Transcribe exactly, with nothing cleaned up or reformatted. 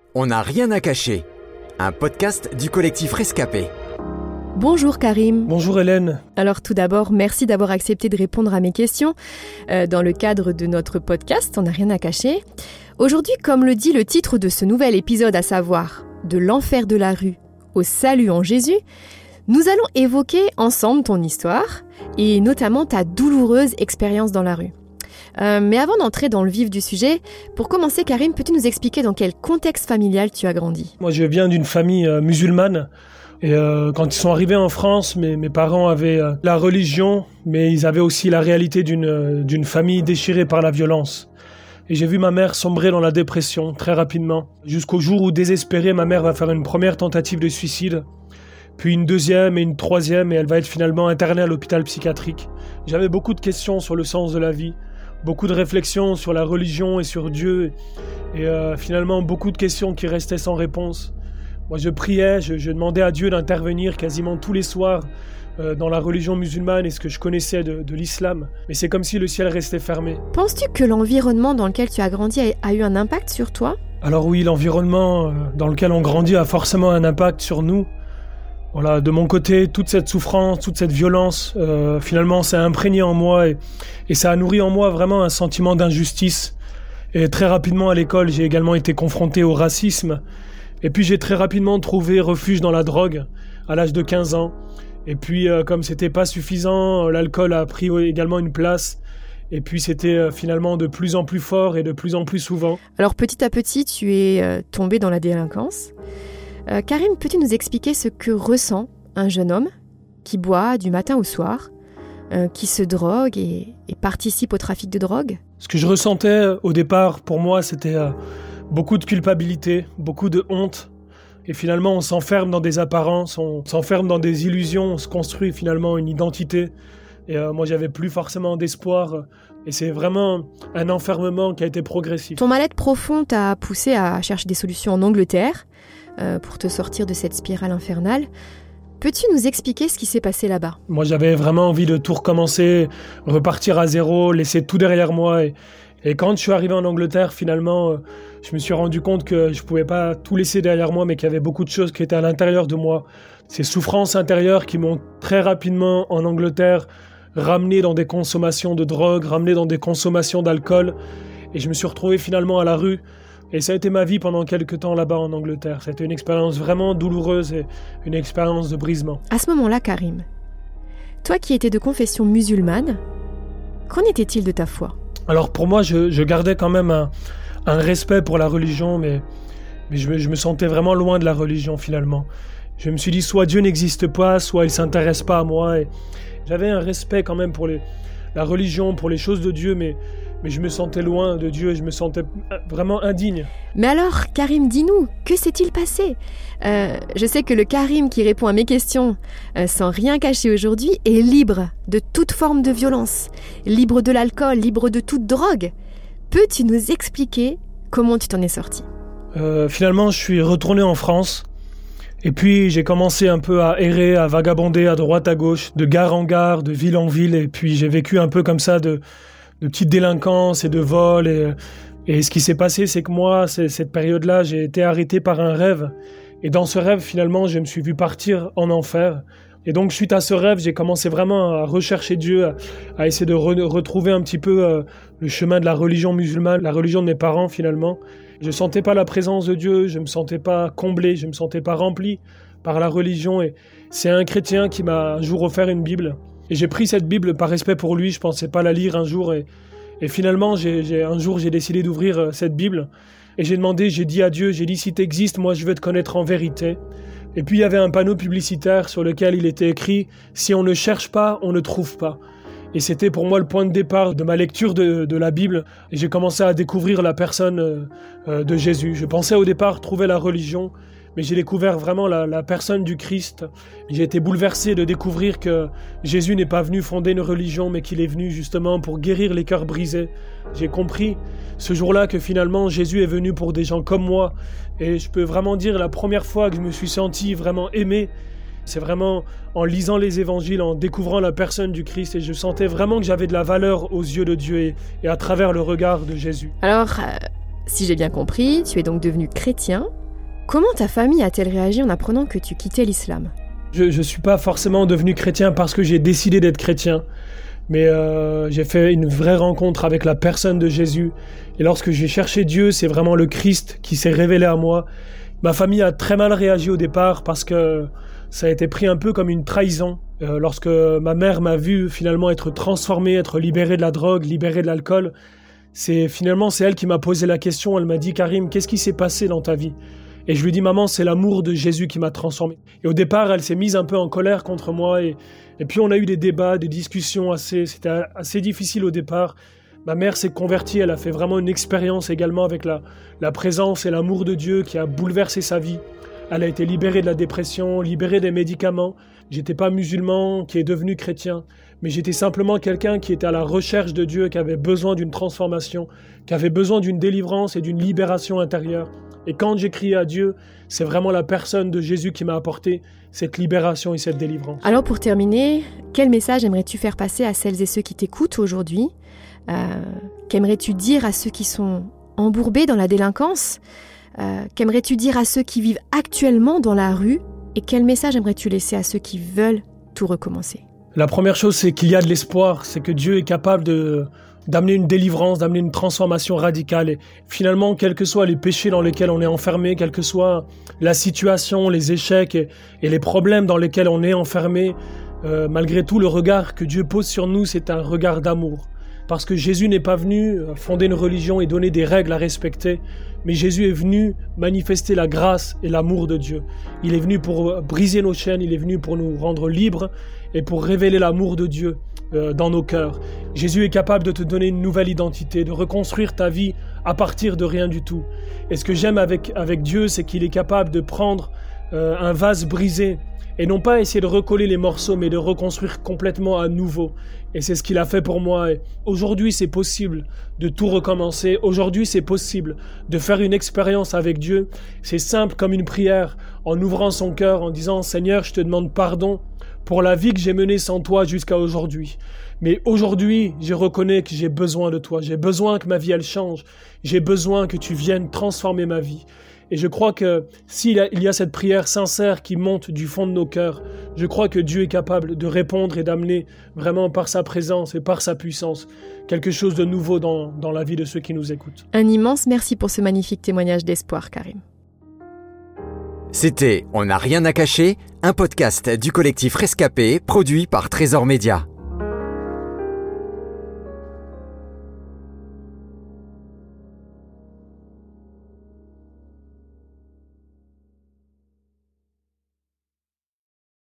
On n'a rien à cacher, un podcast du collectif Rescapé. Bonjour Karim. Bonjour Hélène. Alors tout d'abord, merci d'avoir accepté de répondre à mes questions euh, dans le cadre de notre podcast On n'a rien à cacher. Aujourd'hui, comme le dit le titre de ce nouvel épisode, à savoir « De l'enfer de la rue au salut en Jésus », nous allons évoquer ensemble ton histoire et notamment ta douloureuse expérience dans la rue. Euh, mais avant d'entrer dans le vif du sujet, pour commencer, Karim, peux-tu nous expliquer dans quel contexte familial tu as grandi ? Moi, je viens d'une famille euh, musulmane. Et euh, quand ils sont arrivés en France, mes, mes parents avaient euh, la religion, mais ils avaient aussi la réalité d'une, euh, d'une famille déchirée par la violence. Et j'ai vu ma mère sombrer dans la dépression très rapidement, jusqu'au jour où, désespérée, ma mère va faire une première tentative de suicide, puis une deuxième et une troisième, et elle va être finalement internée à l'hôpital psychiatrique. J'avais beaucoup de questions sur le sens de la vie, beaucoup de réflexions sur la religion et sur Dieu, et euh, finalement beaucoup de questions qui restaient sans réponse. Moi je priais, je, je demandais à Dieu d'intervenir quasiment tous les soirs euh, dans la religion musulmane et ce que je connaissais de, de l'islam, mais c'est comme si le ciel restait fermé. Penses-tu que l'environnement dans lequel tu as grandi a, a eu un impact sur toi ? Alors oui, l'environnement euh, dans lequel on grandit a forcément un impact sur nous. Voilà, de mon côté, toute cette souffrance, toute cette violence, euh, finalement, ça a imprégné en moi et, et ça a nourri en moi vraiment un sentiment d'injustice. Et très rapidement à l'école, j'ai également été confronté au racisme. Et puis j'ai très rapidement trouvé refuge dans la drogue à l'âge de quinze ans. Et puis, euh, comme c'était pas suffisant, l'alcool a pris également une place. Et puis c'était euh, finalement de plus en plus fort et de plus en plus souvent. Alors petit à petit, tu es euh, tombé dans la délinquance. Euh, Karim, peux-tu nous expliquer ce que ressent un jeune homme qui boit du matin au soir, euh, qui se drogue et, et participe au trafic de drogue ? Ce que je ressentais au départ, pour moi, c'était euh, beaucoup de culpabilité, beaucoup de honte. Et finalement, on s'enferme dans des apparences, on s'enferme dans des illusions, on se construit finalement une identité. Et euh, moi, j'avais plus forcément d'espoir. Et c'est vraiment un enfermement qui a été progressif. Ton mal-être profond t'a poussé à chercher des solutions en Angleterre euh, pour te sortir de cette spirale infernale. Peux-tu nous expliquer ce qui s'est passé là-bas ? Moi, j'avais vraiment envie de tout recommencer, repartir à zéro, laisser tout derrière moi. Et, et quand je suis arrivé en Angleterre, finalement, euh, je me suis rendu compte que je ne pouvais pas tout laisser derrière moi, mais qu'il y avait beaucoup de choses qui étaient à l'intérieur de moi. Ces souffrances intérieures qui m'ont très rapidement, en Angleterre, ramené dans des consommations de drogue, ramené dans des consommations d'alcool. Et je me suis retrouvé finalement à la rue. Et ça a été ma vie pendant quelques temps là-bas en Angleterre. C'était une expérience vraiment douloureuse et une expérience de brisement. À ce moment-là, Karim, toi qui étais de confession musulmane, qu'en était-il de ta foi ? Alors pour moi, je, je gardais quand même un, un respect pour la religion, mais, mais je, me, je me sentais vraiment loin de la religion finalement. Je me suis dit, soit Dieu n'existe pas, soit il ne s'intéresse pas à moi. Et j'avais un respect quand même pour les, la religion, pour les choses de Dieu, mais, mais je me sentais loin de Dieu et je me sentais vraiment indigne. Mais alors, Karim, dis-nous, que s'est-il passé ? euh, Je sais que le Karim qui répond à mes questions euh, sans rien cacher aujourd'hui est libre de toute forme de violence, libre de l'alcool, libre de toute drogue. Peux-tu nous expliquer comment tu t'en es sorti ? euh, Finalement, je suis retourné en France. Et puis j'ai commencé un peu à errer, à vagabonder à droite à gauche, de gare en gare, de ville en ville. Et puis j'ai vécu un peu comme ça de, de petites délinquances et de vols. Et, et ce qui s'est passé, c'est que moi, c'est, cette période-là, j'ai été arrêté par un rêve. Et dans ce rêve, finalement, je me suis vu partir en enfer. Et donc, suite à ce rêve, j'ai commencé vraiment à rechercher Dieu, à, à essayer de re, retrouver un petit peu euh, le chemin de la religion musulmane, la religion de mes parents, finalement. Je sentais pas la présence de Dieu, je me sentais pas comblé, je me sentais pas rempli par la religion. Et c'est un chrétien qui m'a un jour offert une Bible. Et j'ai pris cette Bible par respect pour lui, je pensais pas la lire un jour. Et, et finalement, j'ai, j'ai, un jour, j'ai décidé d'ouvrir cette Bible. Et j'ai demandé, j'ai dit à Dieu, j'ai dit, si t'existes, moi je veux te connaître en vérité. Et puis il y avait un panneau publicitaire sur lequel il était écrit « Si on ne cherche pas, on ne trouve pas ». Et c'était pour moi le point de départ de ma lecture de, de la Bible. Et j'ai commencé à découvrir la personne euh, de Jésus. Je pensais au départ trouver la religion, mais j'ai découvert vraiment la, la personne du Christ. J'ai été bouleversé de découvrir que Jésus n'est pas venu fonder une religion, mais qu'il est venu justement pour guérir les cœurs brisés. J'ai compris ce jour-là que finalement Jésus est venu pour des gens comme moi. Et je peux vraiment dire la première fois que je me suis senti vraiment aimé, c'est vraiment en lisant les évangiles, en découvrant la personne du Christ. Et je sentais vraiment que j'avais de la valeur aux yeux de Dieu et, et à travers le regard de Jésus. Alors, euh, si j'ai bien compris, tu es donc devenu chrétien Comment ta famille a-t-elle réagi en apprenant que tu quittais l'islam ? Je ne suis pas forcément devenu chrétien parce que j'ai décidé d'être chrétien, mais euh, j'ai fait une vraie rencontre avec la personne de Jésus. Et lorsque j'ai cherché Dieu, c'est vraiment le Christ qui s'est révélé à moi. Ma famille a très mal réagi au départ parce que ça a été pris un peu comme une trahison. Euh, lorsque ma mère m'a vu finalement être transformée, être libérée de la drogue, libérée de l'alcool, c'est finalement c'est elle qui m'a posé la question. Elle m'a dit « Karim, qu'est-ce qui s'est passé dans ta vie ?» Et je lui dis « Maman, c'est l'amour de Jésus qui m'a transformé. » Et au départ, elle s'est mise un peu en colère contre moi. Et, et puis on a eu des débats, des discussions assez... C'était assez difficile au départ. Ma mère s'est convertie, elle a fait vraiment une expérience également avec la, la présence et l'amour de Dieu qui a bouleversé sa vie. Elle a été libérée de la dépression, libérée des médicaments. J'étais pas musulman qui est devenu chrétien, mais j'étais simplement quelqu'un qui était à la recherche de Dieu, qui avait besoin d'une transformation, qui avait besoin d'une délivrance et d'une libération intérieure. Et quand j'ai crié à Dieu, c'est vraiment la personne de Jésus qui m'a apporté cette libération et cette délivrance. Alors pour terminer, quel message aimerais-tu faire passer à celles et ceux qui t'écoutent aujourd'hui ? euh, Qu'aimerais-tu dire à ceux qui sont embourbés dans la délinquance ? euh, Qu'aimerais-tu dire à ceux qui vivent actuellement dans la rue ? Et quel message aimerais-tu laisser à ceux qui veulent tout recommencer ? La première chose, c'est qu'il y a de l'espoir, c'est que Dieu est capable de... d'amener une délivrance, d'amener une transformation radicale. Et finalement, quels que soient les péchés dans lesquels on est enfermé, quelle que soit la situation, les échecs et, et les problèmes dans lesquels on est enfermé, euh, malgré tout, le regard que Dieu pose sur nous, c'est un regard d'amour. Parce que Jésus n'est pas venu fonder une religion et donner des règles à respecter, mais Jésus est venu manifester la grâce et l'amour de Dieu. Il est venu pour briser nos chaînes, il est venu pour nous rendre libres et pour révéler l'amour de Dieu euh, dans nos cœurs. Jésus est capable de te donner une nouvelle identité, de reconstruire ta vie à partir de rien du tout. Et ce que j'aime avec, avec Dieu, c'est qu'il est capable de prendre euh, un vase brisé et non pas essayer de recoller les morceaux, mais de reconstruire complètement à nouveau. Et c'est ce qu'il a fait pour moi. Et aujourd'hui, c'est possible de tout recommencer. Aujourd'hui, c'est possible de faire une expérience avec Dieu. C'est simple comme une prière, en ouvrant son cœur, en disant « Seigneur, je te demande pardon pour la vie que j'ai menée sans toi jusqu'à aujourd'hui. Mais aujourd'hui, je reconnais que j'ai besoin de toi. J'ai besoin que ma vie, elle change. J'ai besoin que tu viennes transformer ma vie. » Et je crois que s'il y a, il y a cette prière sincère qui monte du fond de nos cœurs, je crois que Dieu est capable de répondre et d'amener vraiment par sa présence et par sa puissance quelque chose de nouveau dans, dans la vie de ceux qui nous écoutent. Un immense merci pour ce magnifique témoignage d'espoir, Karim. C'était On n'a rien à cacher, un podcast du collectif Rescapé produit par Trésor Média.